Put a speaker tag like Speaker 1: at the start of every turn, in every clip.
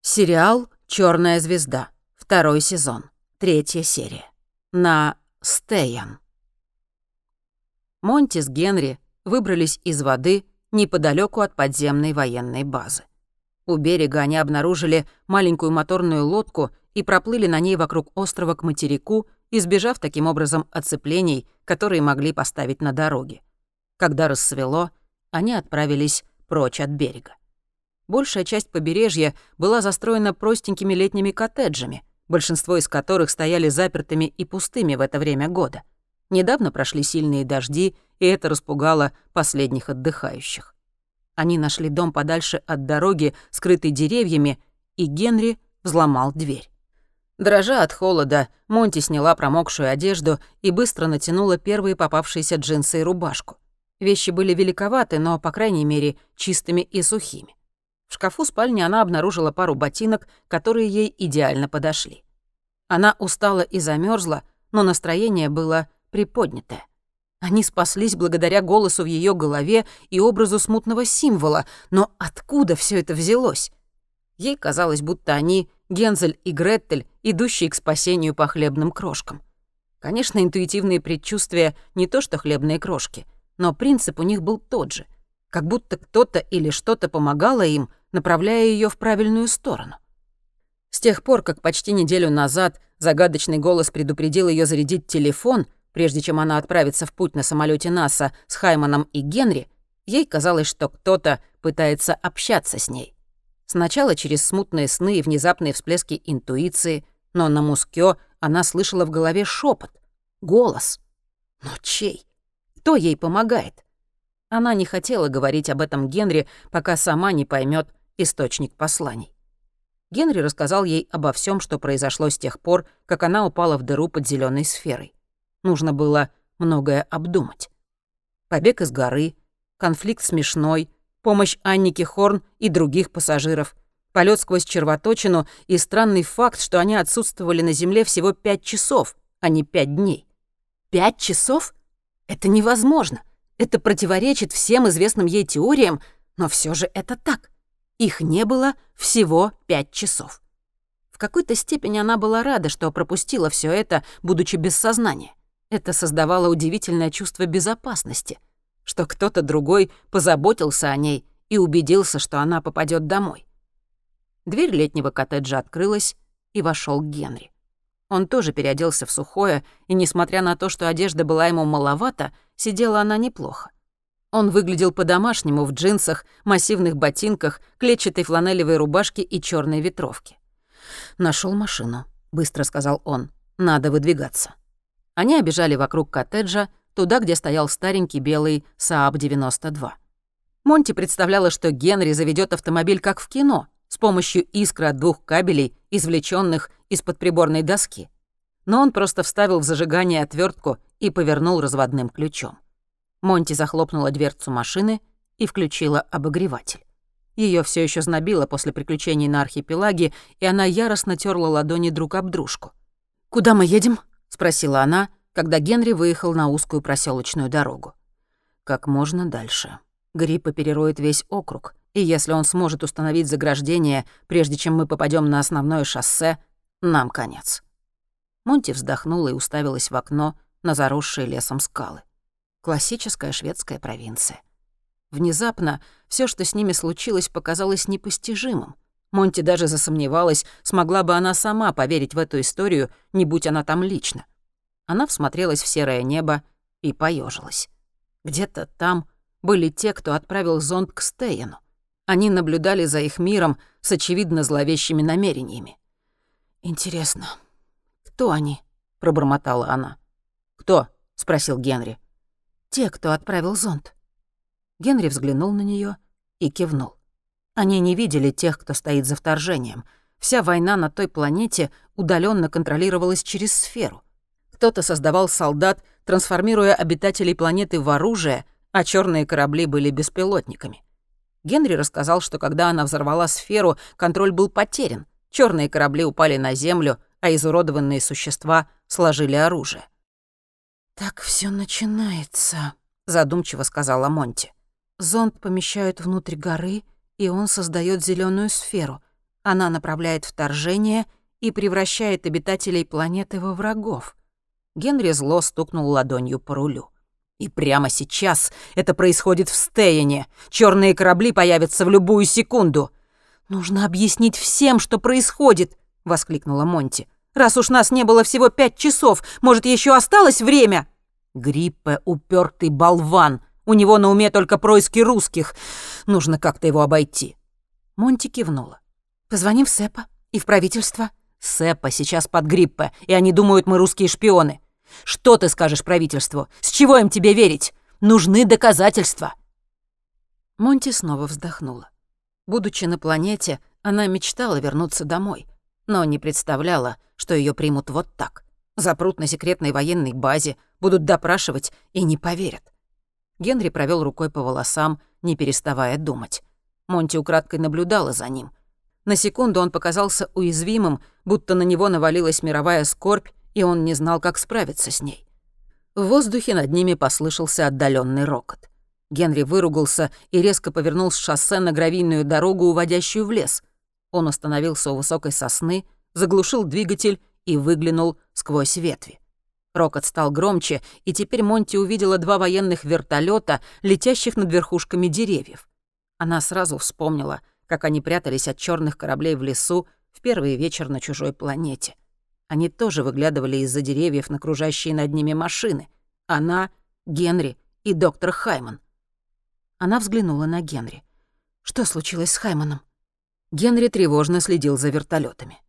Speaker 1: Сериал «Чёрная звезда». 2 сезон. 3 серия. На Стейян. Монти с Генри выбрались из воды неподалёку от подземной военной базы. У берега они обнаружили маленькую моторную лодку и проплыли на ней вокруг острова к материку, избежав таким образом оцеплений, которые могли поставить на дороге. Когда рассвело, они отправились прочь от берега. Большая часть побережья была застроена простенькими летними коттеджами, большинство из которых стояли запертыми и пустыми в это время года. Недавно прошли сильные дожди, и это распугало последних отдыхающих. Они нашли дом подальше от дороги, скрытый деревьями, и Генри взломал дверь. Дрожа от холода, Монти сняла промокшую одежду и быстро натянула первые попавшиеся джинсы и рубашку. Вещи были великоваты, но, по крайней мере, чистыми и сухими. В шкафу спальни она обнаружила пару ботинок, которые ей идеально подошли. Она устала и замерзла, но настроение было приподнятое. Они спаслись благодаря голосу в ее голове и образу смутного символа, но откуда все это взялось? Ей казалось, будто они Гензель и Гретель, идущие к спасению по хлебным крошкам. Конечно, интуитивные предчувствия не то что хлебные крошки, но принцип у них был тот же. Как будто кто-то или что-то помогало им, направляя ее в правильную сторону. С тех пор, как почти неделю назад загадочный голос предупредил ее зарядить телефон, прежде чем она отправится в путь на самолете НАСА с Хайманом и Генри, ей казалось, что кто-то пытается общаться с ней. Сначала через смутные сны и внезапные всплески интуиции, но на Мускё она слышала в голове шепот, голос. Но чей? Кто ей помогает? Она не хотела говорить об этом Генри, пока сама не поймет источник посланий. Генри рассказал ей обо всем, что произошло с тех пор, как она упала в дыру под зеленой сферой. Нужно было многое обдумать. Побег из горы, конфликт с Мишной, помощь Аннике Хорн и других пассажиров, полет сквозь червоточину и странный факт, что они отсутствовали на Земле всего 5 часов, а не 5 дней. 5 часов? Это невозможно. Это противоречит всем известным ей теориям, но все же это так. Их не было всего 5 часов. В какой-то степени она была рада, что пропустила все это, будучи без сознания. Это создавало удивительное чувство безопасности, что кто-то другой позаботился о ней и убедился, что она попадет домой. Дверь летнего коттеджа открылась, и вошел Генри. Он тоже переоделся в сухое, и, несмотря на то, что одежда была ему маловата, сидела она неплохо. Он выглядел по-домашнему в джинсах, массивных ботинках, клетчатой фланелевой рубашке и черной ветровке. «Нашел машину», — быстро сказал он. «Надо выдвигаться». Они обежали вокруг коттеджа, туда, где стоял старенький белый Saab 92. Монти представляла, что Генри заведет автомобиль как в кино, с помощью искры от 2 кабелей, извлеченных из-под приборной доски. Но он просто вставил в зажигание отвертку и повернул разводным ключом. Монти захлопнула дверцу машины и включила обогреватель. Ее все еще знобило после приключений на архипелаге, и она яростно терла ладони друг об дружку. «Куда мы едем?» — спросила она, когда Генри выехал на узкую проселочную дорогу. «Как можно дальше. Гриппа перероет весь округ, и если он сможет установить заграждение, прежде чем мы попадем на основное шоссе, нам конец». Монти вздохнула и уставилась в окно на заросшие лесом скалы. Классическая шведская провинция. Внезапно все, что с ними случилось, показалось непостижимым. Монти даже засомневалась, смогла бы она сама поверить в эту историю, не будь она там лично. Она всмотрелась в серое небо и поежилась. Где-то там были те, кто отправил зонд к Стейяну. Они наблюдали за их миром с очевидно зловещими намерениями. «Интересно, кто они?» — пробормотала она. «Кто?» — спросил Генри. «Те, кто отправил зонд». Генри взглянул на нее и кивнул. Они не видели тех, кто стоит за вторжением. Вся война на той планете удаленно контролировалась через сферу. Кто-то создавал солдат, трансформируя обитателей планеты в оружие, а черные корабли были беспилотниками. Генри рассказал, что когда она взорвала сферу, контроль был потерян. Черные корабли упали на Землю, а изуродованные существа сложили оружие. «Так все начинается», — задумчиво сказала Монти. «Зонд помещают внутрь горы, и он создает зеленую сферу, Она направляет вторжение и превращает обитателей планеты во врагов. Генри зло стукнул ладонью по рулю. И прямо сейчас это происходит в Стейне. Черные корабли появятся в любую секунду. «Нужно объяснить всем, что происходит», — воскликнула Монти. «Раз уж нас не было всего 5 часов, может, еще осталось время?» «Гриппе — упертый болван. У него на уме только происки русских. Нужно как-то его обойти». Монти кивнула. «Позвоним в Сэпа и в правительство». «Сэпа сейчас под Гриппе, и они думают, мы русские шпионы. Что ты скажешь правительству? С чего им тебе верить? Нужны доказательства». Монти снова вздохнула. Будучи на планете, она мечтала вернуться домой, но не представляла, что ее примут вот так. Запрут на секретной военной базе, будут допрашивать и не поверят. Генри провел рукой по волосам, не переставая думать. Монти украдкой наблюдала за ним. На секунду он показался уязвимым, будто на него навалилась мировая скорбь, и он не знал, как справиться с ней. В воздухе над ними послышался отдаленный рокот. Генри выругался и резко повернул с шоссе на гравийную дорогу, уводящую в лес. Он остановился у высокой сосны, заглушил двигатель и выглянул сквозь ветви. Рокот стал громче, и теперь Монти увидела 2 военных вертолета, летящих над верхушками деревьев. Она сразу вспомнила, как они прятались от черных кораблей в лесу в первый вечер на чужой планете. Они тоже выглядывали из-за деревьев на кружащие над ними машины. Она, Генри и доктор Хайман. Она взглянула на Генри. Что случилось с Хайманом? Генри тревожно следил за вертолетами.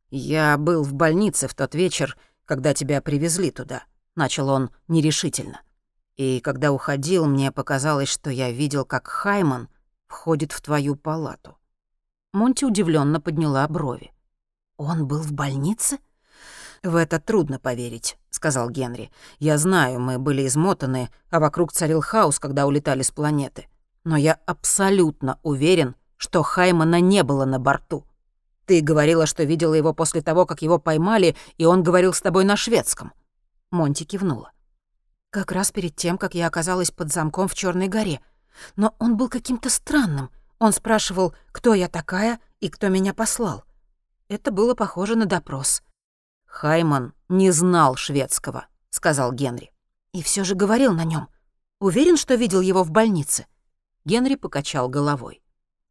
Speaker 1: «Я был в больнице в тот вечер, когда тебя привезли туда», — начал он нерешительно. «И когда уходил, мне показалось, что я видел, как Хайман входит в твою палату». Монти удивленно подняла брови. «Он был в больнице?» «В это трудно поверить», — сказал Генри. «Я знаю, мы были измотаны, а вокруг царил хаос, когда улетали с планеты. Но я абсолютно уверен, что Хаймана не было на борту. Ты говорила, что видела его после того, как его поймали, и он говорил с тобой на шведском». Монти кивнула. «Как раз перед тем, как я оказалась под замком в Черной горе. Но он был каким-то странным. Он спрашивал, кто я такая и кто меня послал. Это было похоже на допрос». «Хайман не знал шведского», — сказал Генри. «И все же говорил на нем. Уверен, что видел его в больнице?» Генри покачал головой.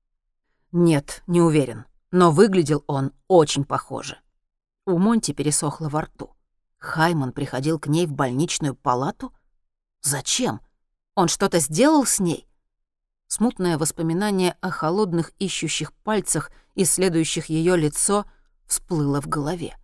Speaker 1: «Нет, не уверен, но выглядел он очень похоже». У Монти пересохло во рту. Хайман приходил к ней в больничную палату? Зачем? Он что-то сделал с ней? Смутное воспоминание о холодных ищущих пальцах, исследующих ее лицо, всплыло в голове.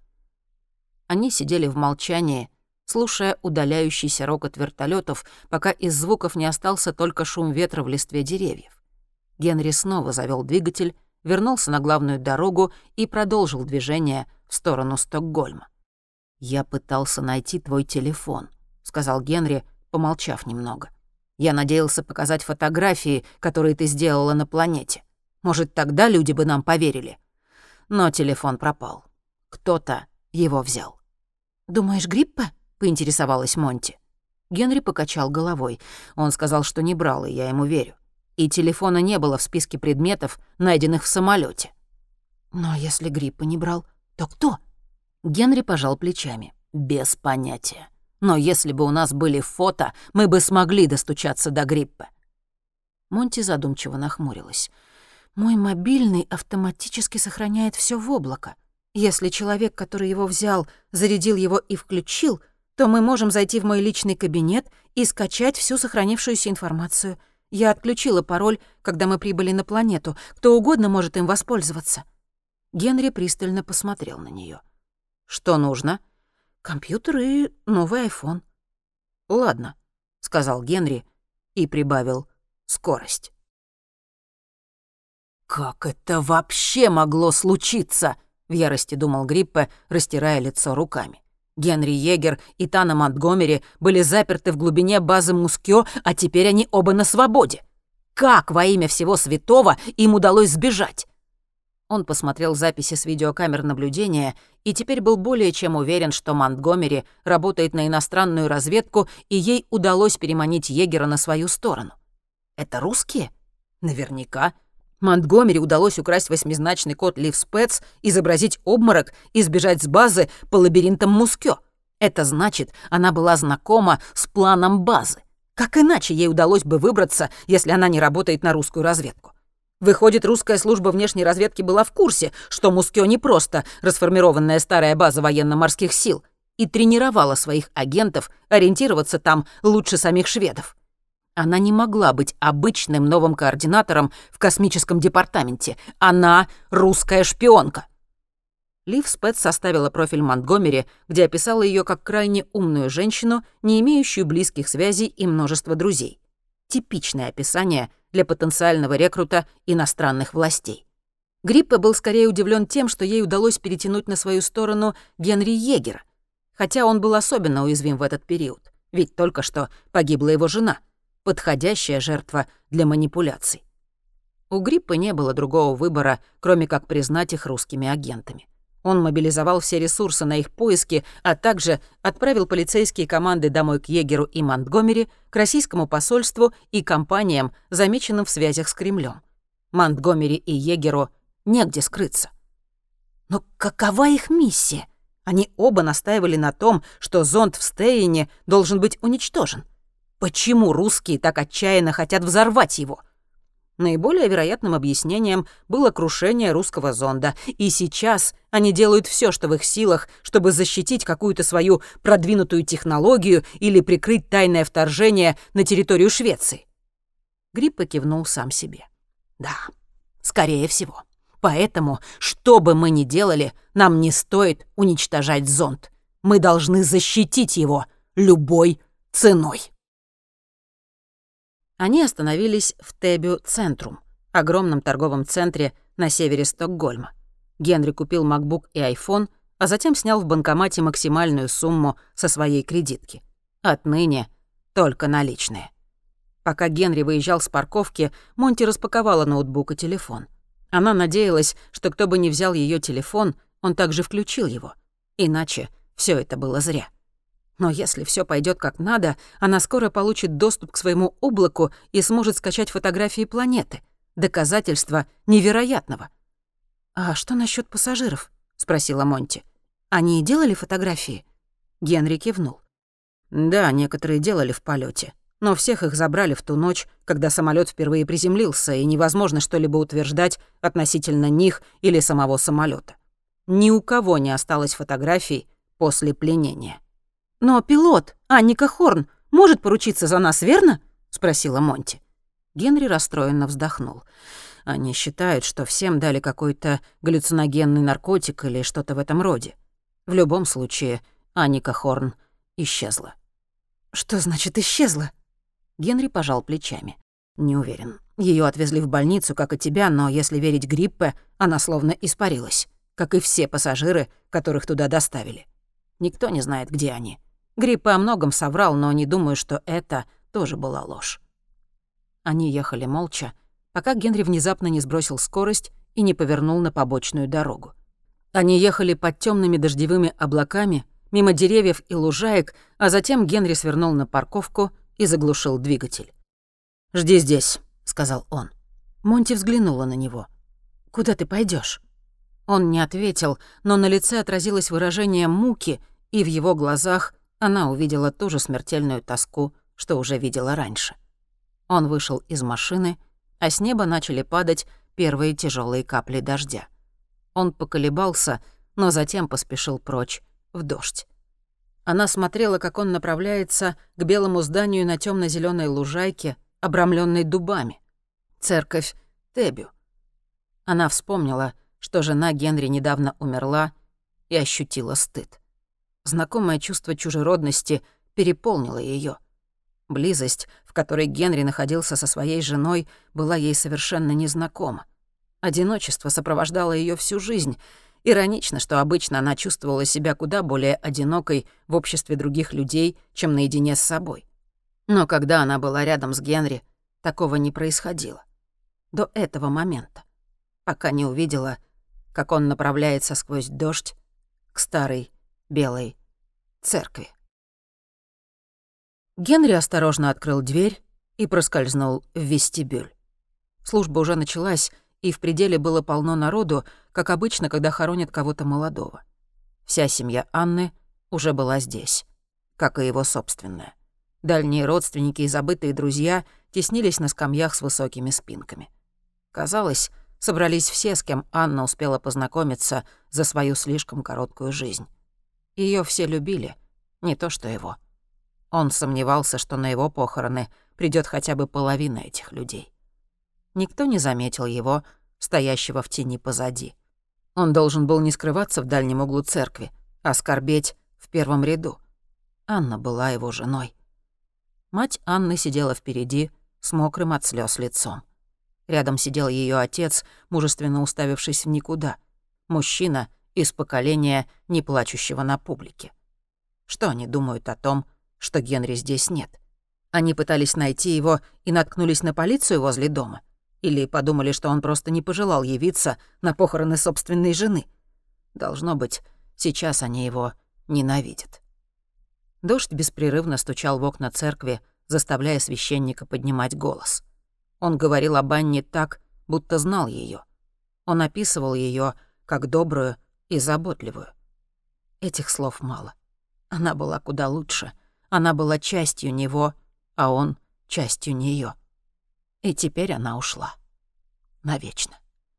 Speaker 1: Они сидели в молчании, слушая удаляющийся рокот вертолетов, пока из звуков не остался только шум ветра в листве деревьев. Генри снова завел двигатель, вернулся на главную дорогу и продолжил движение в сторону Стокгольма. «Я пытался найти твой телефон», — сказал Генри, помолчав немного. «Я надеялся показать фотографии, которые ты сделала на планете. Может, тогда люди бы нам поверили. Но телефон пропал. Кто-то его взял». «Думаешь, Гриппе?» — поинтересовалась Монти. Генри покачал головой. Он сказал, что не брал, и я ему верю. И телефона не было в списке предметов, найденных в самолете. «Но если Гриппе не брал, то кто?» Генри пожал плечами. «Без понятия. Но если бы у нас были фото, мы бы смогли достучаться до Гриппе». Монти задумчиво нахмурилась. «Мой мобильный автоматически сохраняет все в облако. Если человек, который его взял, зарядил его и включил, то мы можем зайти в мой личный кабинет и скачать всю сохранившуюся информацию. Я отключила пароль, когда мы прибыли на планету. Кто угодно может им воспользоваться». Генри пристально посмотрел на нее. «Что нужно?» «Компьютер и новый айфон». «Ладно», — сказал Генри и прибавил скорость. «Как это вообще могло случиться?» — в ярости думал Гриппе, растирая лицо руками. Генри Йегер и Тана Монтгомери были заперты в глубине базы Мускё, а теперь они оба на свободе. Как во имя всего святого им удалось сбежать? Он посмотрел записи с видеокамер наблюдения и теперь был более чем уверен, что Монтгомери работает на иностранную разведку, и ей удалось переманить Йегера на свою сторону. Это русские? Наверняка. Монтгомери удалось украсть 8-значный код Ливспец, изобразить обморок и сбежать с базы по лабиринтам Мускё. Это значит, она была знакома с планом базы. Как иначе ей удалось бы выбраться, если она не работает на русскую разведку? Выходит, русская служба внешней разведки была в курсе, что Мускё не просто расформированная старая база военно-морских сил, и тренировала своих агентов ориентироваться там лучше самих шведов. Она не могла быть обычным новым координатором в космическом департаменте. Она русская шпионка. Лив Спец составила профиль Монтгомери, где описала ее как крайне умную женщину, не имеющую близких связей и множества друзей. Типичное описание для потенциального рекрута иностранных властей. Гриппе был скорее удивлен тем, что ей удалось перетянуть на свою сторону Генри Йегера, хотя он был особенно уязвим в этот период, ведь только что погибла его жена, подходящая жертва для манипуляций. У Гриппе не было другого выбора, кроме как признать их русскими агентами. Он мобилизовал все ресурсы на их поиски, а также отправил полицейские команды домой к Йегеру и Монтгомери, к российскому посольству и компаниям, замеченным в связях с Кремлем. Монтгомери и Йегеру негде скрыться. Но какова их миссия? Они оба настаивали на том, что зонд в Стейне должен быть уничтожен. Почему русские так отчаянно хотят взорвать его? Наиболее вероятным объяснением было крушение русского зонда, и сейчас они делают все, что в их силах, чтобы защитить какую-то свою продвинутую технологию или прикрыть тайное вторжение на территорию Швеции. Гриппе кивнул сам себе. Да, скорее всего. Поэтому, что бы мы ни делали, нам не стоит уничтожать зонд. Мы должны защитить его любой ценой. Они остановились в Täby-Centrum, огромном торговом центре на севере Стокгольма. Генри купил MacBook и iPhone, а затем снял в банкомате максимальную сумму со своей кредитки. Отныне только наличные. Пока Генри выезжал с парковки, Монти распаковала ноутбук и телефон. Она надеялась, что кто бы ни взял ее телефон, он также включил его. Иначе все это было зря. Но если все пойдет как надо, она скоро получит доступ к своему облаку и сможет скачать фотографии планеты. Доказательство невероятного. «А что насчет пассажиров?» — спросила Монти. «Они делали фотографии?» Генри кивнул. «Да, некоторые делали в полете, но всех их забрали в ту ночь, когда самолет впервые приземлился, и невозможно что-либо утверждать относительно них или самого самолета. Ни у кого не осталось фотографий после пленения». «Но пилот, Анника Хорн, может поручиться за нас, верно?» — спросила Монти. Генри расстроенно вздохнул. «Они считают, что всем дали какой-то галлюциногенный наркотик или что-то в этом роде. В любом случае, Анника Хорн исчезла». «Что значит исчезла?» Генри пожал плечами. «Не уверен. Ее отвезли в больницу, как и тебя, но, если верить Гриппе, она словно испарилась, как и все пассажиры, которых туда доставили. Никто не знает, где они. Гриппе о многом соврал, но не думаю, что это тоже была ложь». Они ехали молча, пока Генри внезапно не сбросил скорость и не повернул на побочную дорогу. Они ехали под темными дождевыми облаками, мимо деревьев и лужаек, а затем Генри свернул на парковку и заглушил двигатель. «Жди здесь», — сказал он. Монти взглянула на него. «Куда ты пойдешь? Он не ответил, но на лице отразилось выражение муки, и в его глазах она увидела ту же смертельную тоску, что уже видела раньше. Он вышел из машины, а с неба начали падать первые тяжелые капли дождя. Он поколебался, но затем поспешил прочь в дождь. Она смотрела, как он направляется к белому зданию на темно-зеленой лужайке, обрамленной дубами. Церковь Täby. Она вспомнила, что жена Генри недавно умерла, и ощутила стыд. Знакомое чувство чужеродности переполнило ее. Близость, в которой Генри находился со своей женой, была ей совершенно незнакома. Одиночество сопровождало ее всю жизнь. Иронично, что обычно она чувствовала себя куда более одинокой в обществе других людей, чем наедине с собой. Но когда она была рядом с Генри, такого не происходило. До этого момента, пока не увидела, как он направляется сквозь дождь к старой белой церкви. Генри осторожно открыл дверь и проскользнул в вестибюль. Служба уже началась, и в пределе было полно народу, как обычно, когда хоронят кого-то молодого. Вся семья Анны уже была здесь, как и его собственная. Дальние родственники и забытые друзья теснились на скамьях с высокими спинками. Казалось, собрались все, с кем Анна успела познакомиться за свою слишком короткую жизнь. Её все любили, не то что его. Он сомневался, что на его похороны придёт хотя бы половина этих людей. Никто не заметил его, стоящего в тени позади. Он должен был не скрываться в дальнем углу церкви, а скорбеть в первом ряду. Анна была его женой. Мать Анны сидела впереди, с мокрым от слёз лицом. Рядом сидел её отец, мужественно уставившись в никуда. Мужчина из поколения, не плачущего на публике. Что они думают о том, что Генри здесь нет? Они пытались найти его и наткнулись на полицию возле дома? Или подумали, что он просто не пожелал явиться на похороны собственной жены? Должно быть, сейчас они его ненавидят. Дождь беспрерывно стучал в окна церкви, заставляя священника поднимать голос. Он говорил об Анне так, будто знал её. Он описывал её как добрую и заботливую. Этих слов мало. Она была куда лучше. Она была частью него, а он — частью неё. И теперь она ушла. Навечно.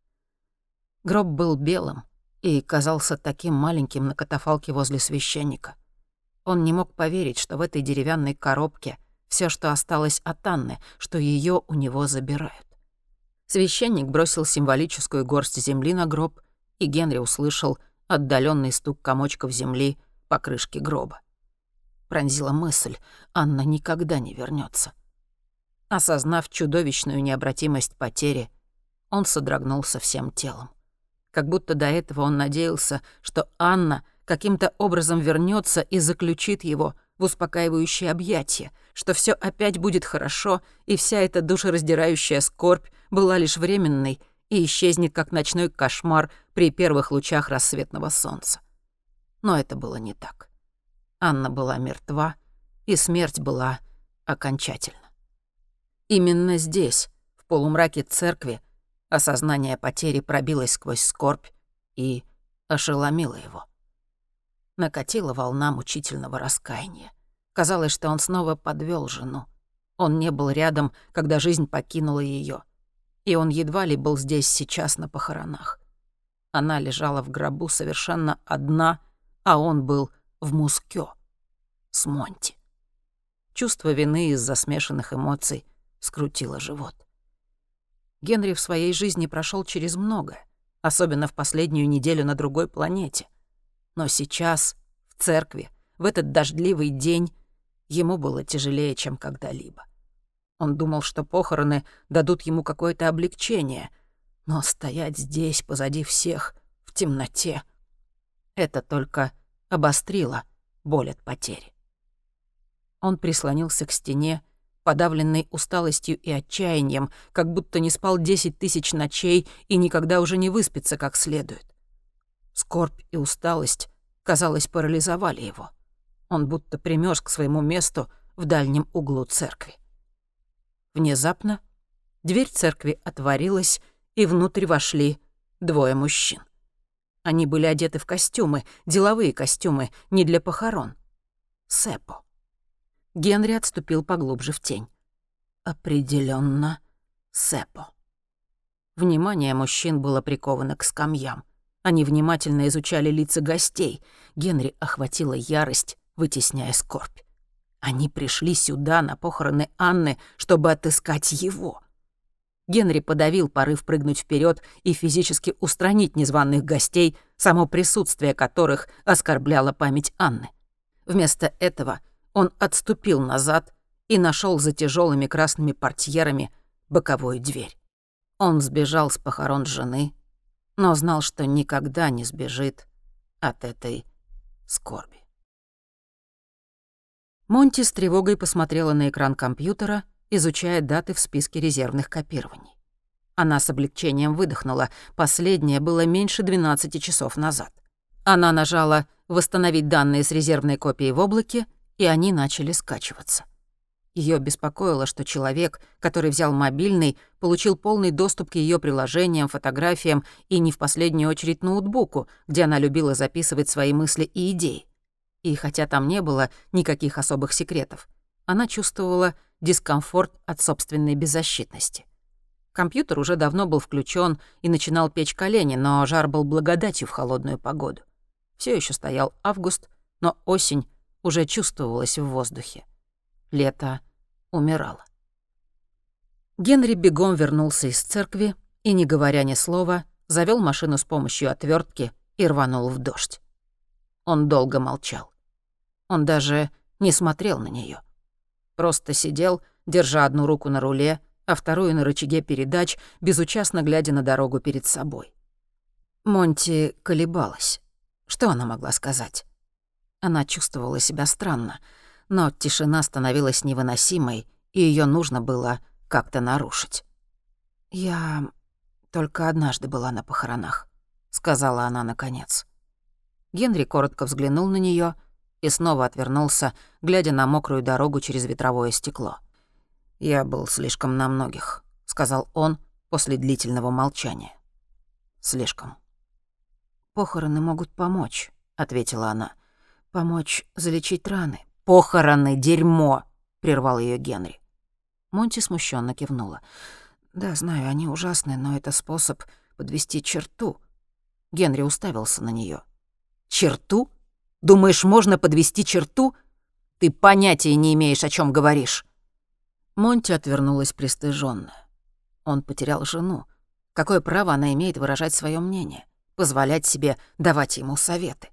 Speaker 1: Гроб был белым и казался таким маленьким на катафалке возле священника. Он не мог поверить, что в этой деревянной коробке всё, что осталось от Анны, что её у него забирают. Священник бросил символическую горсть земли на гроб, и Генри услышал отдалённый стук комочков земли по крышке гроба. Пронзила мысль: Анна никогда не вернётся. Осознав чудовищную необратимость потери, он содрогнулся всем телом. Как будто до этого он надеялся, что Анна каким-то образом вернётся и заключит его в успокаивающее объятие, что всё опять будет хорошо, и вся эта душераздирающая скорбь была лишь временной и исчезнет, как ночной кошмар при первых лучах рассветного солнца. Но это было не так. Анна была мертва, и смерть была окончательна. Именно здесь, в полумраке церкви, осознание потери пробилось сквозь скорбь и ошеломило его. Накатила волна мучительного раскаяния. Казалось, что он снова подвёл жену. Он не был рядом, когда жизнь покинула её. И он едва ли был здесь сейчас на похоронах. Она лежала в гробу совершенно одна, а он был в Мускё с Монти. Чувство вины из-за смешанных эмоций скрутило живот. Генри в своей жизни прошёл через многое, особенно в последнюю неделю на другой планете. Но сейчас, в церкви, в этот дождливый день, ему было тяжелее, чем когда-либо. Он думал, что похороны дадут ему какое-то облегчение, но стоять здесь, позади всех, в темноте, это только обострило боль от потери. Он прислонился к стене, подавленный усталостью и отчаянием, как будто не спал 10 тысяч ночей и никогда уже не выспится как следует. Скорбь и усталость, казалось, парализовали его. Он будто примёрз к своему месту в дальнем углу церкви. Внезапно дверь церкви отворилась, и внутрь вошли 2 мужчин. Они были одеты в костюмы, деловые костюмы, не для похорон. Сэппо. Генри отступил поглубже в тень. Определённо Сэппо. Внимание мужчин было приковано к скамьям. Они внимательно изучали лица гостей. Генри охватила ярость, вытесняя скорбь. Они пришли сюда, на похороны Анны, чтобы отыскать его. Генри подавил порыв прыгнуть вперед и физически устранить незваных гостей, само присутствие которых оскорбляло память Анны. Вместо этого он отступил назад и нашел за тяжелыми красными портьерами боковую дверь. Он сбежал с похорон жены, но знал, что никогда не сбежит от этой скорби. Монти с тревогой посмотрела на экран компьютера, изучая даты в списке резервных копирований. Она с облегчением выдохнула. Последнее было меньше 12 часов назад. Она нажала «Восстановить данные с резервной копией в облаке», и они начали скачиваться. Ее беспокоило, что человек, который взял мобильный, получил полный доступ к ее приложениям, фотографиям и не в последнюю очередь ноутбуку, где она любила записывать свои мысли и идеи. И хотя там не было никаких особых секретов, она чувствовала дискомфорт от собственной беззащитности. Компьютер уже давно был включен и начинал печь колени, но жар был благодатью в холодную погоду. Все еще стоял август, но осень уже чувствовалась в воздухе. Лето умирало. Генри бегом вернулся из церкви и, не говоря ни слова, завёл машину с помощью отвёртки и рванул в дождь. Он долго молчал. Он даже не смотрел на неё. Просто сидел, держа одну руку на руле, а вторую на рычаге передач, безучастно глядя на дорогу перед собой. Монти колебалась. Что она могла сказать? Она чувствовала себя странно, но тишина становилась невыносимой, и её нужно было как-то нарушить. «Я только однажды была на похоронах», — сказала она наконец. Генри коротко взглянул на неё и снова отвернулся, глядя на мокрую дорогу через ветровое стекло. «Я был слишком на многих», — сказал он после длительного молчания. «Слишком». «Похороны могут помочь», — ответила она. «Помочь залечить раны». «Похороны — дерьмо», — прервал её Генри. Монти смущённо кивнула. «Да, знаю, они ужасны, но это способ подвести черту». Генри уставился на неё. «Черту? Думаешь, можно подвести черту? Ты понятия не имеешь, о чём говоришь». Монти отвернулась пристыжённая. Он потерял жену. Какое право она имеет выражать своё мнение, позволять себе давать ему советы?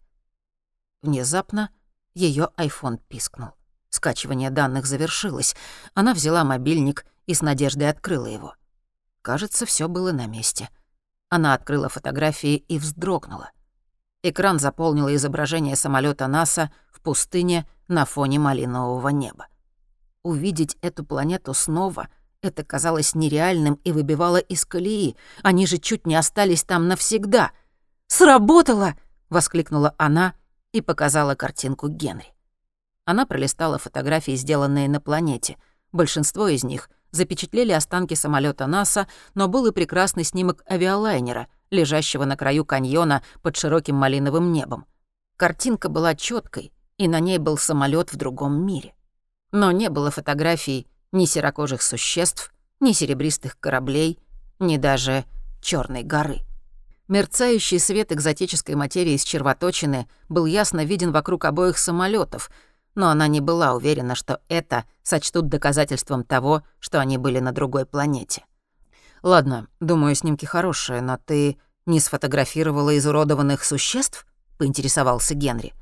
Speaker 1: Внезапно её айфон пискнул. Скачивание данных завершилось. Она взяла мобильник и с надеждой открыла его. Кажется, всё было на месте. Она открыла фотографии и вздрогнула. Экран заполнило изображение самолёта НАСА в пустыне на фоне малинового неба. Увидеть эту планету снова — это казалось нереальным и выбивало из колеи. Они же чуть не остались там навсегда. «Сработало!» — воскликнула она и показала картинку Генри. Она пролистала фотографии, сделанные на планете. Большинство из них запечатлели останки самолёта НАСА, но был и прекрасный снимок авиалайнера, лежащего на краю каньона под широким малиновым небом. Картинка была чёткой, и на ней был самолёт в другом мире. Но не было фотографий ни серокожих существ, ни серебристых кораблей, ни даже Чёрной горы. Мерцающий свет экзотической материи из червоточины был ясно виден вокруг обоих самолётов, но она не была уверена, что это сочтут доказательством того, что они были на другой планете. «Ладно, думаю, снимки хорошие, но ты не сфотографировала изуродованных существ?» — поинтересовался Генри.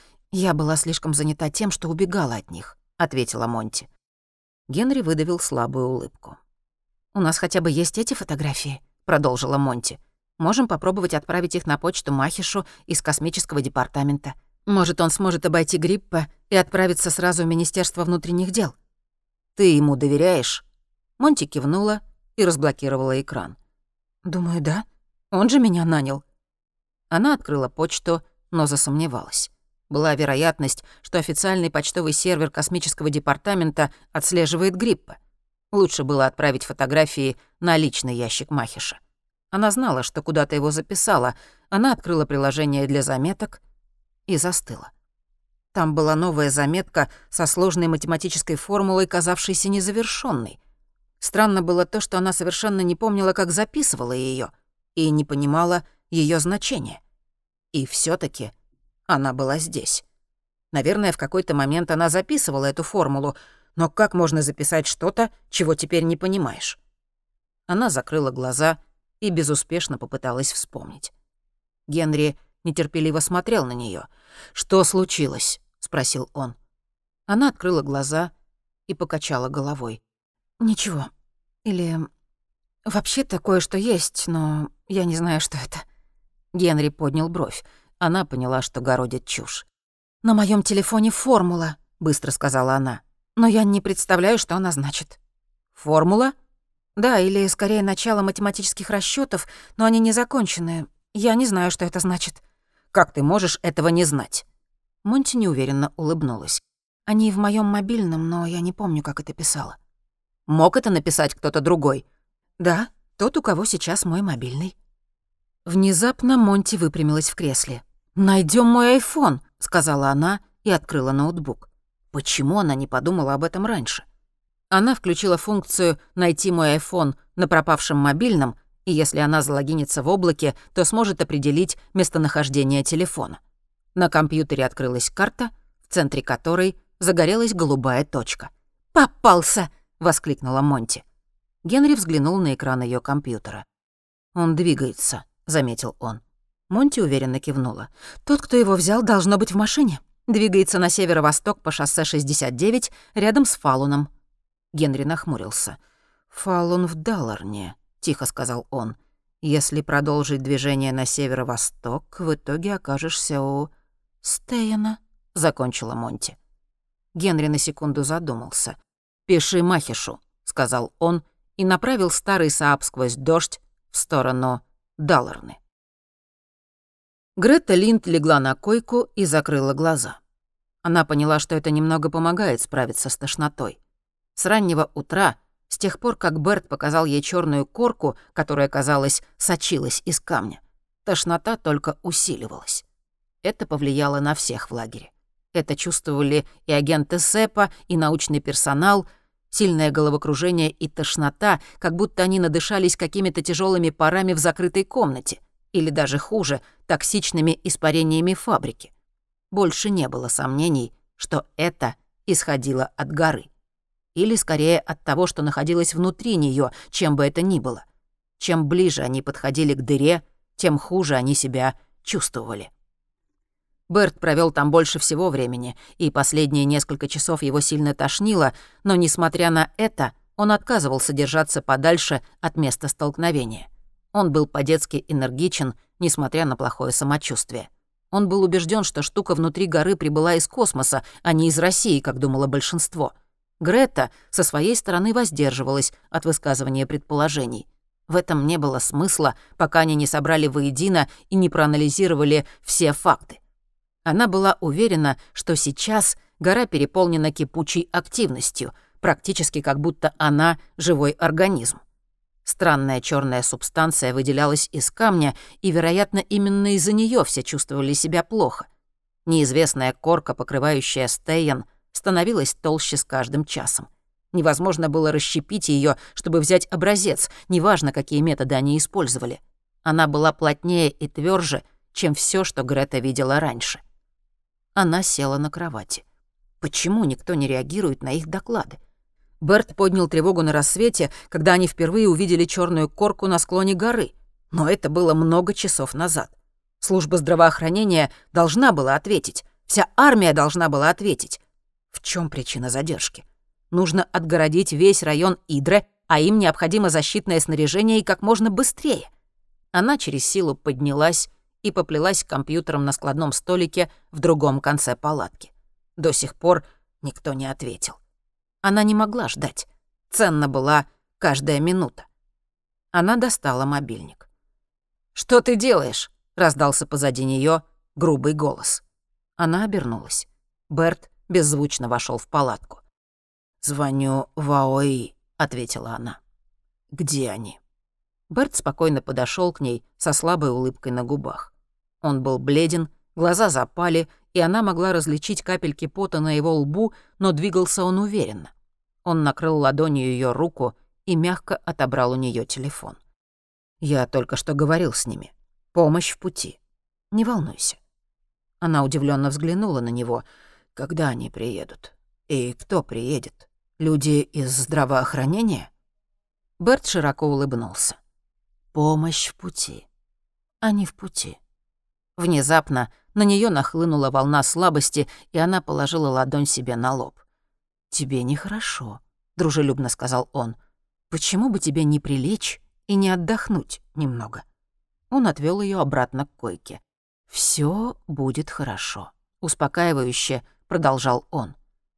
Speaker 1: «Я была слишком занята тем, что убегала от них», — ответила Монти. Генри выдавил слабую улыбку. «У нас хотя бы есть эти фотографии», — продолжила Монти. «Можем попробовать отправить их на почту Махишу из космического департамента. Может, он сможет обойти Гриппа и отправиться сразу в Министерство внутренних дел». «Ты ему доверяешь?» Монти кивнула и разблокировала экран. «Думаю, да. Он же меня нанял». Она открыла почту, но засомневалась. Была вероятность, что официальный почтовый сервер космического департамента отслеживает Гриппа. Лучше было отправить фотографии на личный ящик Махиша. Она знала, что куда-то его записала. Она открыла приложение для заметок и застыла. Там была новая заметка со сложной математической формулой, казавшейся незавершённой. Странно было то, что она совершенно не помнила, как записывала её, и не понимала её значения. И всё-таки она была здесь. Наверное, в какой-то момент она записывала эту формулу, но как можно записать что-то, чего теперь не понимаешь? Она закрыла глаза и безуспешно попыталась вспомнить. Генри нетерпеливо смотрел на неё. «Что случилось?» — спросил он. Она открыла глаза и покачала головой. «Ничего. Или вообще-то кое-что есть, но я не знаю, что это». Генри поднял бровь. Она поняла, что городит чушь. «На моём телефоне формула», — быстро сказала она. «Но я не представляю, что она значит». «Формула?» «Да, или скорее начало математических расчётов, но они не закончены. Я не знаю, что это значит». «Как ты можешь этого не знать?» Монти неуверенно улыбнулась. Они в моем мобильном, но я не помню, как это писала. Мог это написать кто-то другой? Да, тот, у кого сейчас мой мобильный. Внезапно Монти выпрямилась в кресле. «Найдём мой айфон», — сказала она и открыла ноутбук. Почему она не подумала об этом раньше? Она включила функцию «Найти мой айфон» на пропавшем мобильном, и если она залогинится в облаке, то сможет определить местонахождение телефона. На компьютере открылась карта, в центре которой загорелась голубая точка. «Попался!» — воскликнула Монти. Генри взглянул на экран её компьютера. «Он двигается», — заметил он. Монти уверенно кивнула. «Тот, кто его взял, должно быть в машине. Двигается на северо-восток по шоссе 69, рядом с Фалуном». Генри нахмурился. «Фалун в Далларне», — тихо сказал он. «Если продолжить движение на северо-восток, в итоге окажешься у...» «Стейна», — закончила Монти. Генри на секунду задумался. «Пиши Махишу», — сказал он и направил старый Сааб сквозь дождь в сторону Далларны. Грета Линд легла на койку и закрыла глаза. Она поняла, что это немного помогает справиться с тошнотой. С раннего утра, с тех пор, как Берт показал ей черную корку, которая, казалось, сочилась из камня, тошнота только усиливалась. Это повлияло на всех в лагере. Это чувствовали и агенты СЭПа, и научный персонал. Сильное головокружение и тошнота, как будто они надышались какими-то тяжелыми парами в закрытой комнате, или даже хуже, токсичными испарениями фабрики. Больше не было сомнений, что это исходило от горы. Или, скорее, от того, что находилось внутри неё, чем бы это ни было. Чем ближе они подходили к дыре, тем хуже они себя чувствовали. Берт провёл там больше всего времени, и последние несколько часов его сильно тошнило, но, несмотря на это, он отказывался держаться подальше от места столкновения. Он был по-детски энергичен, несмотря на плохое самочувствие. Он был убежден, что штука внутри горы прибыла из космоса, а не из России, как думало большинство. Грета со своей стороны воздерживалась от высказывания предположений. В этом не было смысла, пока они не собрали воедино и не проанализировали все факты. Она была уверена, что сейчас гора переполнена кипучей активностью, практически как будто она живой организм. Странная черная субстанция выделялась из камня, и, вероятно, именно из-за нее все чувствовали себя плохо. Неизвестная корка, покрывающая Стейн, становилась толще с каждым часом. Невозможно было расщепить ее, чтобы взять образец, неважно, какие методы они использовали. Она была плотнее и тверже, чем все, что Грета видела раньше. Она села на кровати. Почему никто не реагирует на их доклады? Берт поднял тревогу на рассвете, когда они впервые увидели черную корку на склоне горы. Но это было много часов назад. Служба здравоохранения должна была ответить. Вся армия должна была ответить. В чем причина задержки? Нужно отгородить весь район Идре, а им необходимо защитное снаряжение и как можно быстрее. Она через силу поднялась и поплелась к компьютерам на складном столике в другом конце палатки. До сих пор никто не ответил. Она не могла ждать. Ценна была каждая минута. Она достала мобильник. «Что ты делаешь?» — раздался позади неё грубый голос. Она обернулась. Берт беззвучно вошёл в палатку. «Звоню в АОИ», — ответила она. «Где они?» Берт спокойно подошёл к ней со слабой улыбкой на губах. Он был бледен, глаза запали, и она могла различить капельки пота на его лбу, но двигался он уверенно. Он накрыл ладонью её руку и мягко отобрал у неё телефон. «Я только что говорил с ними. Помощь в пути. Не волнуйся». Она удивлённо взглянула на него. «Когда они приедут? И кто приедет? Люди из здравоохранения?» Берт широко улыбнулся. «Помощь в пути. Они в пути». Внезапно на неё нахлынула волна слабости, и она положила ладонь себе на лоб. «Тебе нехорошо», — дружелюбно сказал он. «Почему бы тебе не прилечь и не отдохнуть немного?» Он отвёл её обратно к койке. «Всё будет хорошо», — успокаивающе продолжал он.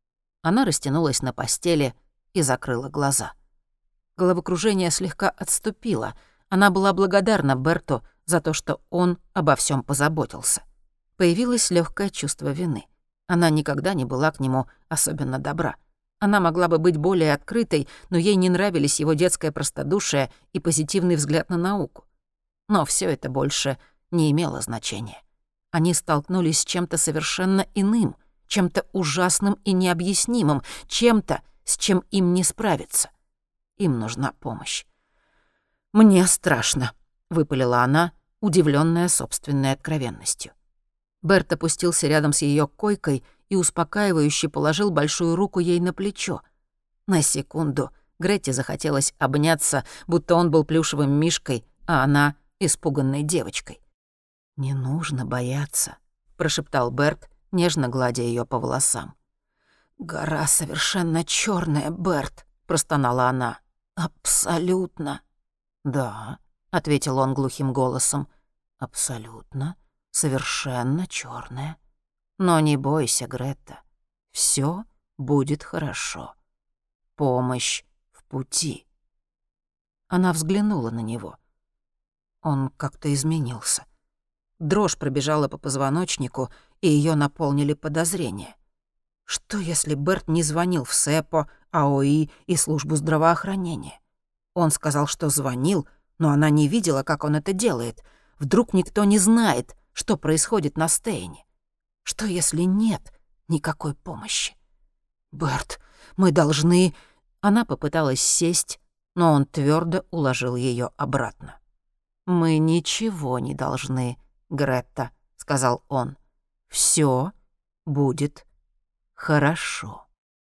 Speaker 1: Она растянулась на постели и закрыла глаза. Головокружение слегка отступило. Она была благодарна Берту за то, что он обо всём позаботился. Появилось лёгкое чувство вины. Она никогда не была к нему особенно добра. Она могла бы быть более открытой, но ей не нравились его детское простодушие и позитивный взгляд на науку. Но все это больше не имело значения. Они столкнулись с чем-то совершенно иным, чем-то ужасным и необъяснимым, чем-то, с чем им не справиться. Им нужна помощь. «Мне страшно», — выпалила она, удивленная собственной откровенностью. Берт опустился рядом с ее койкой и успокаивающе положил большую руку ей на плечо. На секунду Гретте захотелось обняться, будто он был плюшевым мишкой, а она — испуганной девочкой. «Не нужно бояться», — прошептал Берт, нежно гладя ее по волосам. «Гора совершенно черная, Берт», — простонала она. «Абсолютно». «Да», — ответил он глухим голосом, — «абсолютно, совершенно черная. Но не бойся, Гретта, все будет хорошо. Помощь в пути». Она взглянула на него. Он как-то изменился. Дрожь пробежала по позвоночнику, и ее наполнили подозрения. Что, если Берт не звонил в СЭПО, АОИ и службу здравоохранения? Он сказал, что звонил, но она не видела, как он это делает. Вдруг никто не знает, что происходит на Стейне? Что, если нет никакой помощи? «Берт, мы должны...» Она попыталась сесть, но он твердо уложил ее обратно. «Мы ничего не должны, Гретта», — сказал он. «Все будет хорошо».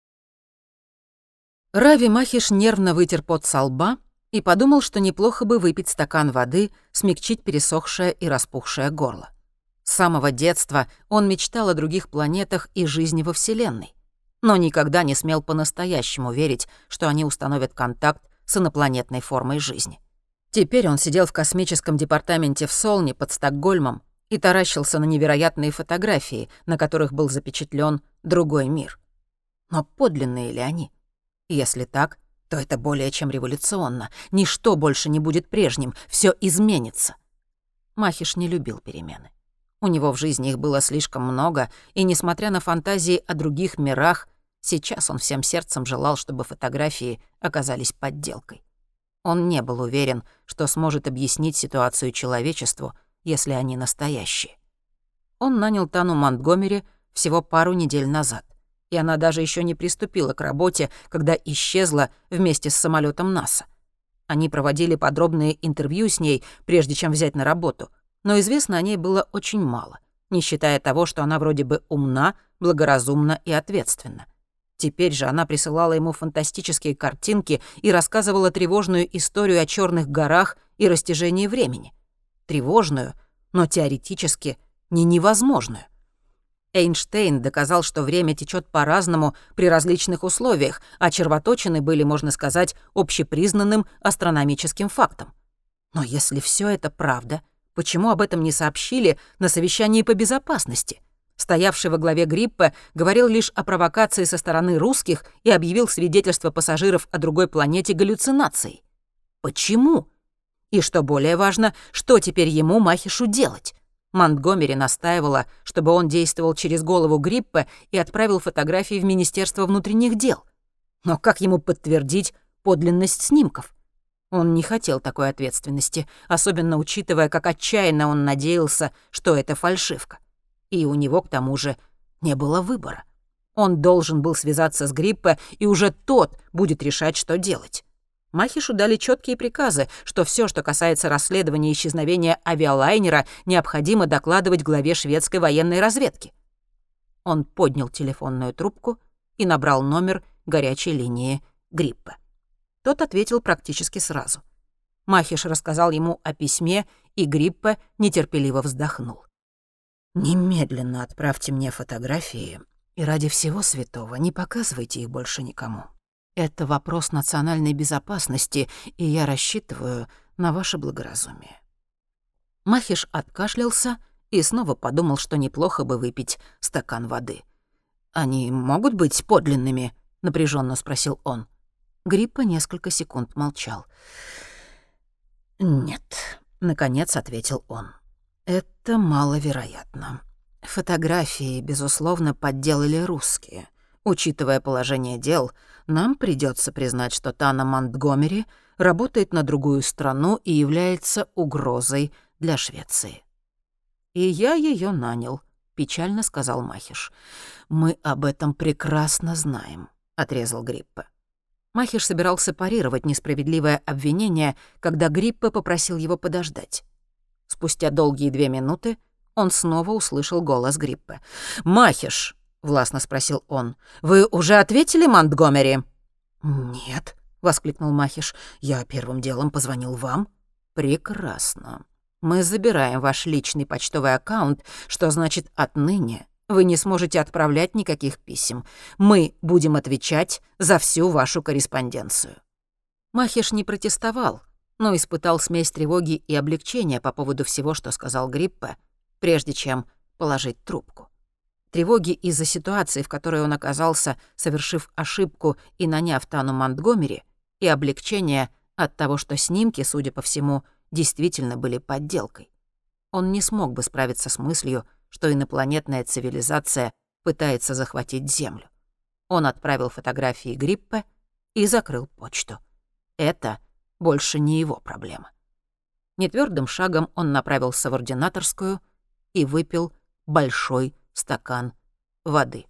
Speaker 1: Рави Махиш нервно вытер пот со лба и подумал, что неплохо бы выпить стакан воды, смягчить пересохшее и распухшее горло. С самого детства он мечтал о других планетах и жизни во Вселенной, но никогда не смел по-настоящему верить, что они установят контакт с инопланетной формой жизни. Теперь он сидел в космическом департаменте в Солне под Стокгольмом и таращился на невероятные фотографии, на которых был запечатлен другой мир. Но подлинные ли они? Если так, то это более чем революционно. Ничто больше не будет прежним, все изменится. Махиш не любил перемены. У него в жизни их было слишком много, и, несмотря на фантазии о других мирах, сейчас он всем сердцем желал, чтобы фотографии оказались подделкой. Он не был уверен, что сможет объяснить ситуацию человечеству, если они настоящие. Он нанял Тану Монтгомери всего пару недель назад, и она даже еще не приступила к работе, когда исчезла вместе с самолетом НАСА. Они проводили подробные интервью с ней, прежде чем взять на работу, но известно о ней было очень мало, не считая того, что она вроде бы умна, благоразумна и ответственна. Теперь же она присылала ему фантастические картинки и рассказывала тревожную историю о черных горах и растяжении времени. Тревожную, но теоретически не невозможную. Эйнштейн доказал, что время течет по-разному при различных условиях, а червоточины были, можно сказать, общепризнанным астрономическим фактом. Но если все это правда, почему об этом не сообщили на совещании по безопасности? Стоявший во главе Гриппе говорил лишь о провокации со стороны русских и объявил свидетельство пассажиров о другой планете галлюцинацией. Почему? И что более важно, что теперь ему, Махишу, делать? Монтгомери настаивала, чтобы он действовал через голову Гриппе и отправил фотографии в Министерство внутренних дел. Но как ему подтвердить подлинность снимков? Он не хотел такой ответственности, особенно учитывая, как отчаянно он надеялся, что это фальшивка. И у него, к тому же, не было выбора. Он должен был связаться с Гриппе, и уже тот будет решать, что делать. Махишу дали четкие приказы, что все, что касается расследования исчезновения авиалайнера, необходимо докладывать главе шведской военной разведки. Он поднял телефонную трубку и набрал номер горячей линии Гриппе. Тот ответил практически сразу. Махиш рассказал ему о письме, и Гриппе нетерпеливо вздохнул. «Немедленно отправьте мне фотографии, и ради всего святого не показывайте их больше никому. Это вопрос национальной безопасности, и я рассчитываю на ваше благоразумие». Махиш откашлялся и снова подумал, что неплохо бы выпить стакан воды. «Они могут быть подлинными?» — напряженно спросил он. Гриппе несколько секунд молчал. «Нет», — наконец ответил он. «Это маловероятно. Фотографии, безусловно, подделали русские. Учитывая положение дел, нам придется признать, что Тана Монтгомери работает на другую страну и является угрозой для Швеции. «И я ее нанял», — печально сказал Махиш. «Мы об этом прекрасно знаем», — отрезал Гриппе. Махиш собирался парировать несправедливое обвинение, когда Гриппе попросил его подождать. Спустя долгие 2 минуты он снова услышал голос Гриппе. «Махиш», — властно спросил он, — «вы уже ответили Монтгомери?» «Нет», — воскликнул Махиш, — «я первым делом позвонил вам». «Прекрасно. Мы забираем ваш личный почтовый аккаунт, что значит отныне вы не сможете отправлять никаких писем. Мы будем отвечать за всю вашу корреспонденцию». Махиш не протестовал, но испытал смесь тревоги и облегчения по поводу всего, что сказал Гриппе, прежде чем положить трубку. Тревоги из-за ситуации, в которой он оказался, совершив ошибку и наняв Тану Монтгомери, и облегчение от того, что снимки, судя по всему, действительно были подделкой. Он не смог бы справиться с мыслью, что инопланетная цивилизация пытается захватить Землю. Он отправил фотографии Гриппе и закрыл почту. Это больше не его проблема. Нетвёрдым шагом он направился в ординаторскую и выпил большой стакан воды.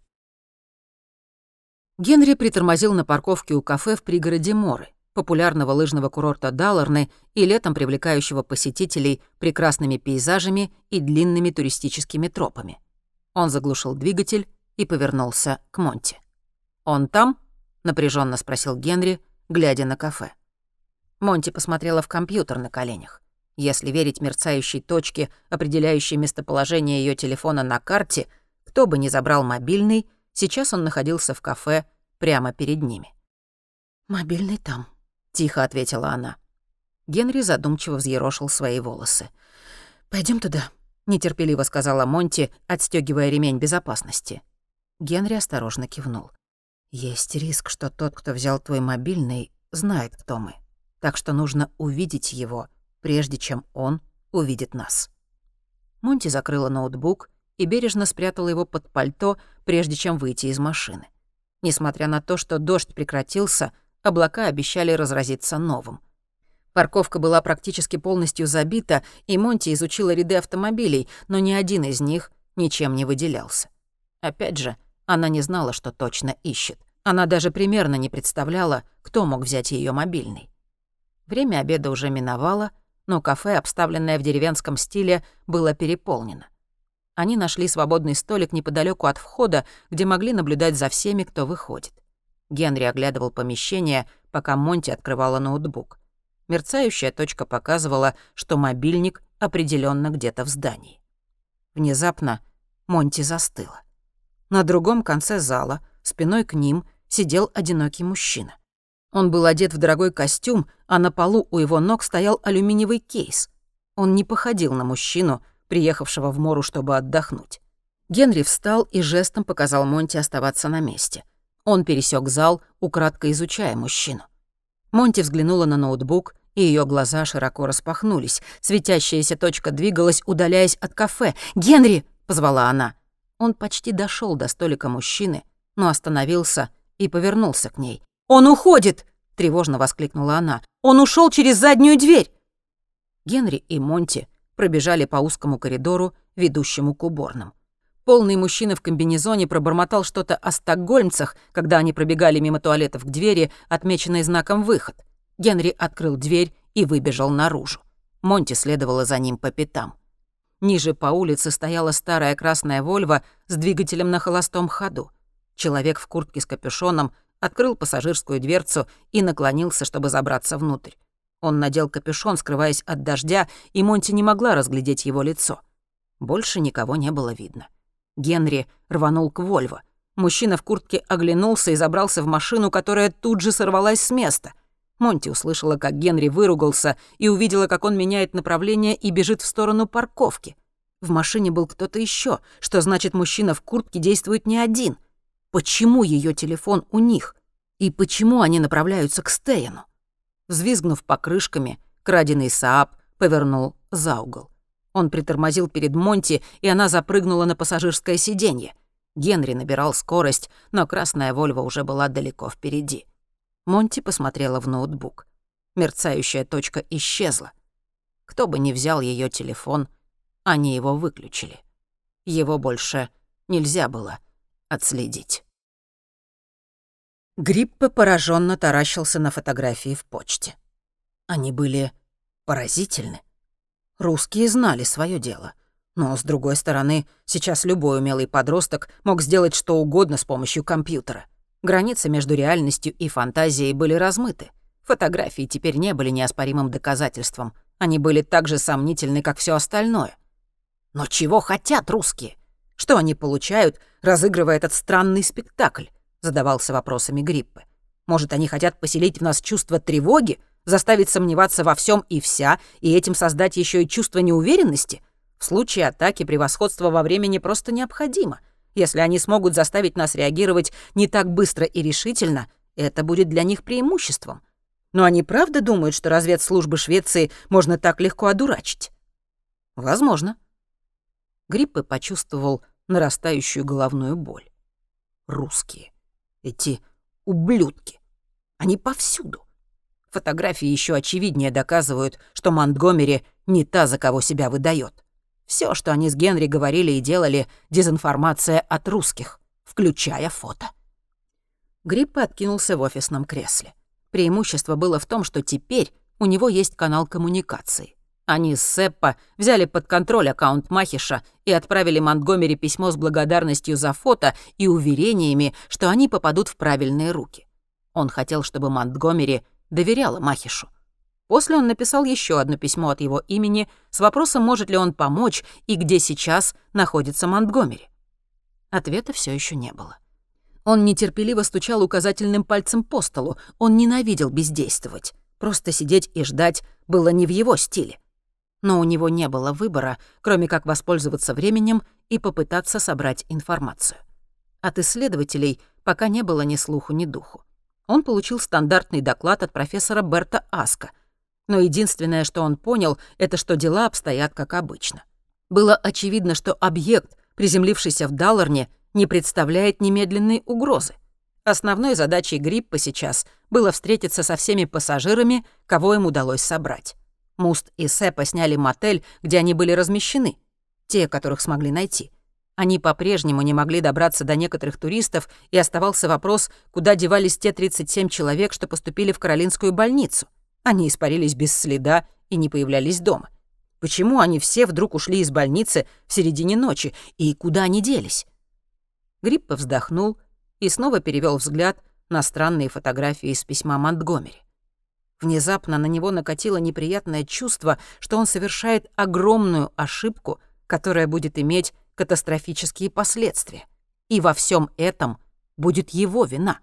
Speaker 1: Генри притормозил на парковке у кафе в пригороде Моры, популярного лыжного курорта Далларны и летом привлекающего посетителей прекрасными пейзажами и длинными туристическими тропами. Он заглушил двигатель и повернулся к Монти. «Он там?» — напряженно спросил Генри, глядя на кафе. Монти посмотрела в компьютер на коленях. Если верить мерцающей точке, определяющей местоположение ее телефона на карте, кто бы ни забрал мобильный, сейчас он находился в кафе прямо перед ними. «Мобильный там», — тихо ответила она. Генри задумчиво взъерошил свои волосы. «Пойдём туда», — нетерпеливо сказала Монти, отстёгивая ремень безопасности. Генри осторожно кивнул. «Есть риск, что тот, кто взял твой мобильный, знает, кто мы. Так что нужно увидеть его, прежде чем он увидит нас». Монти закрыла ноутбук и бережно спрятала его под пальто, прежде чем выйти из машины. Несмотря на то, что дождь прекратился, облака обещали разразиться новым. Парковка была практически полностью забита, и Монти изучила ряды автомобилей, но ни один из них ничем не выделялся. Опять же, она не знала, что точно ищет. Она даже примерно не представляла, кто мог взять ее мобильный. Время обеда уже миновало, но кафе, обставленное в деревенском стиле, было переполнено. Они нашли свободный столик неподалеку от входа, где могли наблюдать за всеми, кто выходит. Генри оглядывал помещение, пока Монти открывала ноутбук. Мерцающая точка показывала, что мобильник определенно где-то в здании. Внезапно Монти застыла. На другом конце зала, спиной к ним, сидел одинокий мужчина. Он был одет в дорогой костюм, а на полу у его ног стоял алюминиевый кейс. Он не походил на мужчину, приехавшего в Мору, чтобы отдохнуть. Генри встал и жестом показал Монти оставаться на месте. Он пересек зал, украдкой изучая мужчину. Монти взглянула на ноутбук, и ее глаза широко распахнулись. Светящаяся точка двигалась, удаляясь от кафе. «Генри!» — позвала она. Он почти дошел до столика мужчины, но остановился и повернулся к ней. «Он уходит!» — тревожно воскликнула она. «Он ушел через заднюю дверь!» Генри и Монти пробежали по узкому коридору, ведущему к уборным. Полный мужчина в комбинезоне пробормотал что-то о стокгольмцах, когда они пробегали мимо туалетов к двери, отмеченной знаком «Выход». Генри открыл дверь и выбежал наружу. Монти следовала за ним по пятам. Ниже по улице стояла старая красная «Вольво» с двигателем на холостом ходу. Человек в куртке с капюшоном открыл пассажирскую дверцу и наклонился, чтобы забраться внутрь. Он надел капюшон, скрываясь от дождя, и Монти не могла разглядеть его лицо. Больше никого не было видно. Генри рванул к «Вольво». Мужчина в куртке оглянулся и забрался в машину, которая тут же сорвалась с места. Монти услышала, как Генри выругался, и увидела, как он меняет направление и бежит в сторону парковки. В машине был кто-то еще, что значит, мужчина в куртке действует не один. Почему ее телефон у них? И почему они направляются к Стеяну? Взвизгнув покрышками, краденый Сааб повернул за угол. Он притормозил перед Монти, и она запрыгнула на пассажирское сиденье. Генри набирал скорость, но красная Вольво уже была далеко впереди. Монти посмотрела в ноутбук. Мерцающая точка исчезла. Кто бы ни взял ее телефон, они его выключили. Его больше нельзя было отследить. Гриппе пораженно таращился на фотографии в почте. Они были поразительны. Русские знали свое дело. Но, с другой стороны, сейчас любой умелый подросток мог сделать что угодно с помощью компьютера. Границы между реальностью и фантазией были размыты. Фотографии теперь не были неоспоримым доказательством. Они были так же сомнительны, как все остальное. Но чего хотят русские? Что они получают, разыгрывая этот странный спектакль? Задавался вопросами Гриппе. Может, они хотят поселить в нас чувство тревоги, заставить сомневаться во всем и вся, и этим создать еще и чувство неуверенности? В случае атаки превосходство во времени просто необходимо. Если они смогут заставить нас реагировать не так быстро и решительно, это будет для них преимуществом. Но они правда думают, что разведслужбы Швеции можно так легко одурачить? Возможно. Гриппе почувствовал нарастающую головную боль. Русские. Эти ублюдки. Они повсюду. Фотографии еще очевиднее доказывают, что Монтгомери не та, за кого себя выдает. Все, что они с Генри говорили и делали, дезинформация от русских, включая фото. Гриппе откинулся в офисном кресле. Преимущество было в том, что теперь у него есть канал коммуникации. Они с Сеппо взяли под контроль аккаунт Махиша и отправили Монтгомери письмо с благодарностью за фото и уверениями, что они попадут в правильные руки. Он хотел, чтобы Монтгомери доверяла Махишу. После он написал еще одно письмо от его имени с вопросом, может ли он помочь и где сейчас находится Монтгомери. Ответа все еще не было. Он нетерпеливо стучал указательным пальцем по столу. Он ненавидел бездействовать. Просто сидеть и ждать было не в его стиле. Но у него не было выбора, кроме как воспользоваться временем и попытаться собрать информацию. От исследователей пока не было ни слуху, ни духу. Он получил стандартный доклад от профессора Берта Аска. Но единственное, что он понял, это что дела обстоят как обычно. Было очевидно, что объект, приземлившийся в Далларне, не представляет немедленной угрозы. Основной задачей Гриппе сейчас было встретиться со всеми пассажирами, кого им удалось собрать. Муст и Сеппо сняли мотель, где они были размещены, те, которых смогли найти. Они по-прежнему не могли добраться до некоторых туристов, и оставался вопрос, куда девались те 37 человек, что поступили в Каролинскую больницу. Они испарились без следа и не появлялись дома. Почему они все вдруг ушли из больницы в середине ночи, и куда они делись? Гриппе вздохнул и снова перевел взгляд на странные фотографии из письма Монтгомери. Внезапно на него накатило неприятное чувство, что он совершает огромную ошибку, которая будет иметь катастрофические последствия. И во всем этом будет его вина.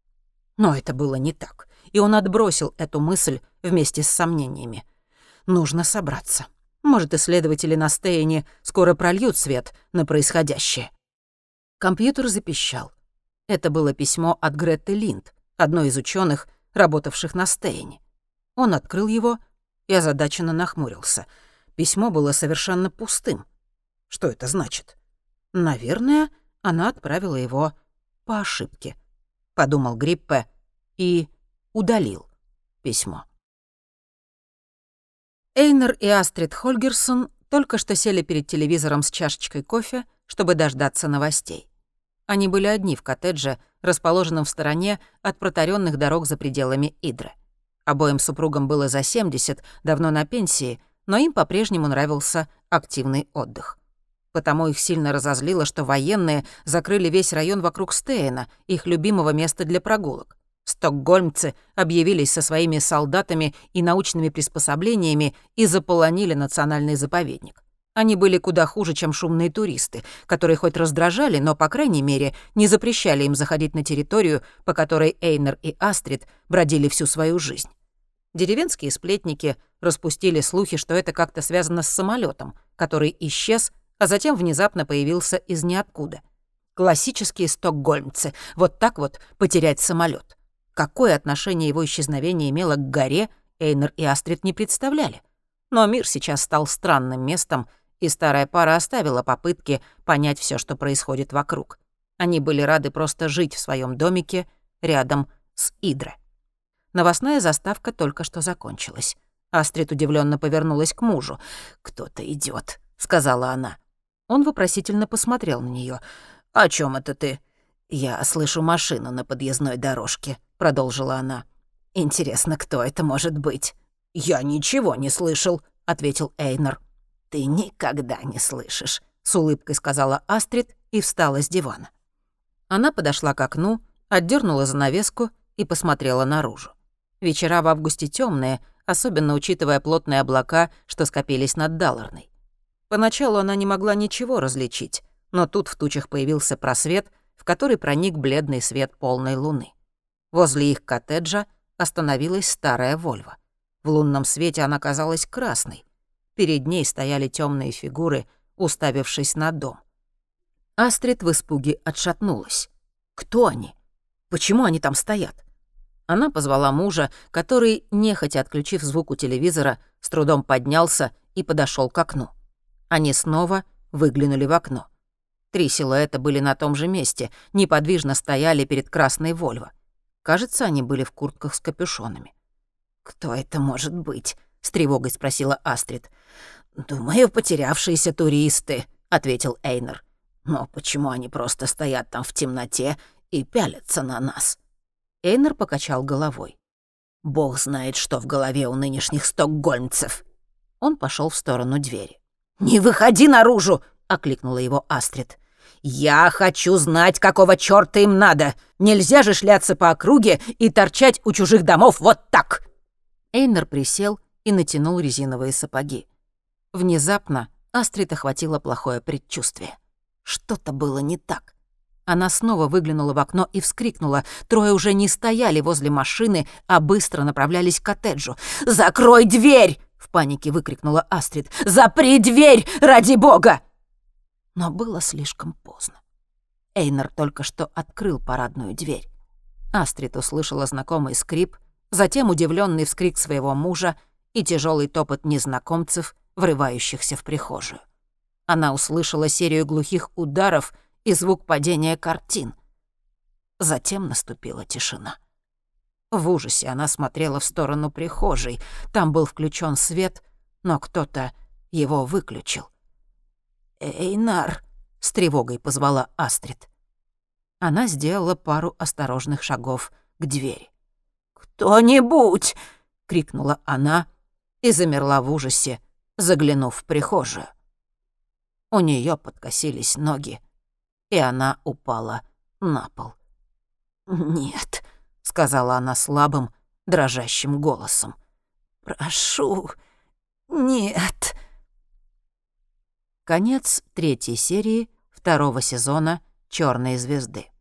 Speaker 1: Но это было не так, и он отбросил эту мысль вместе с сомнениями. Нужно собраться. Может, исследователи на Стейне скоро прольют свет на происходящее. Компьютер запищал. Это было письмо от Гретты Линд, одной из ученых, работавших на Стейне. Он открыл его и озадаченно нахмурился. Письмо было совершенно пустым. Что это значит? Наверное, она отправила его по ошибке, подумал Гриппе и удалил письмо. Эйнер и Астрид Хольгерсон только что сели перед телевизором с чашечкой кофе, чтобы дождаться новостей. Они были одни в коттедже, расположенном в стороне от протаренных дорог за пределами Идры. Обоим супругам было за 70, давно на пенсии, но им по-прежнему нравился активный отдых. Потому их сильно разозлило, что военные закрыли весь район вокруг Стейна, их любимого места для прогулок. Стокгольмцы объявились со своими солдатами и научными приспособлениями и заполонили национальный заповедник. Они были куда хуже, чем шумные туристы, которые хоть раздражали, но, по крайней мере, не запрещали им заходить на территорию, по которой Эйнер и Астрид бродили всю свою жизнь. Деревенские сплетники распустили слухи, что это как-то связано с самолетом, который исчез, а затем внезапно появился из ниоткуда. Классические стокгольмцы, вот так вот потерять самолет. Какое отношение его исчезновение имело к горе, Эйнер и Астрид не представляли. Но мир сейчас стал странным местом, и старая пара оставила попытки понять все, что происходит вокруг. Они были рады просто жить в своем домике рядом с Идре. Новостная заставка только что закончилась. Астрид удивленно повернулась к мужу. «Кто-то идет, сказала она. Он вопросительно посмотрел на нее. «О чем это ты?» «Я слышу машину на подъездной дорожке», — продолжила она. «Интересно, кто это может быть?» «Я ничего не слышал», — ответил Эйнар. «Ты никогда не слышишь», — с улыбкой сказала Астрид и встала с дивана. Она подошла к окну, отдернула занавеску и посмотрела наружу. Вечера в августе темные, особенно учитывая плотные облака, что скопились над Далларной. Поначалу она не могла ничего различить, но тут в тучах появился просвет, в который проник бледный свет полной луны. Возле их коттеджа остановилась старая Вольво. В лунном свете она казалась красной. Перед ней стояли темные фигуры, уставившись на дом. Астрид в испуге отшатнулась. Кто они? Почему они там стоят? Она позвала мужа, который, нехотя отключив звук у телевизора, с трудом поднялся и подошел к окну. Они снова выглянули в окно. 3 силуэта были на том же месте, неподвижно стояли перед красной Вольво. Кажется, они были в куртках с капюшонами. «Кто это может быть?» — с тревогой спросила Астрид. «Думаю, потерявшиеся туристы», — ответил Эйнар. «Но почему они просто стоят там в темноте и пялятся на нас?» Эйнар покачал головой. «Бог знает, что в голове у нынешних стокгольмцев». Он пошел в сторону двери. «Не выходи наружу!» — окликнула его Астрид. «Я хочу знать, какого чёрта им надо! Нельзя же шляться по округе и торчать у чужих домов вот так!» Эйнар присел и натянул резиновые сапоги. Внезапно Астрид охватило плохое предчувствие. Что-то было не так. Она снова выглянула в окно и вскрикнула. 3 уже не стояли возле машины, а быстро направлялись к коттеджу. «Закрой дверь!» — в панике выкрикнула Астрид. «Запри дверь, ради бога!» Но было слишком поздно. Эйнар только что открыл парадную дверь. Астрид услышала знакомый скрип, затем удивленный вскрик своего мужа и тяжелый топот незнакомцев, врывающихся в прихожую. Она услышала серию глухих ударов и звук падения картин. Затем наступила тишина. В ужасе она смотрела в сторону прихожей. Там был включен свет, но кто-то его выключил. «Эйнар!» — с тревогой позвала Астрид. Она сделала пару осторожных шагов к двери. «Кто-нибудь!» — крикнула она и замерла в ужасе, заглянув в прихожую. У нее подкосились ноги, и она упала на пол. «Нет», — сказала она слабым, дрожащим голосом. «Прошу, нет». Конец 3-й серии 2-го сезона «Чёрной звезды».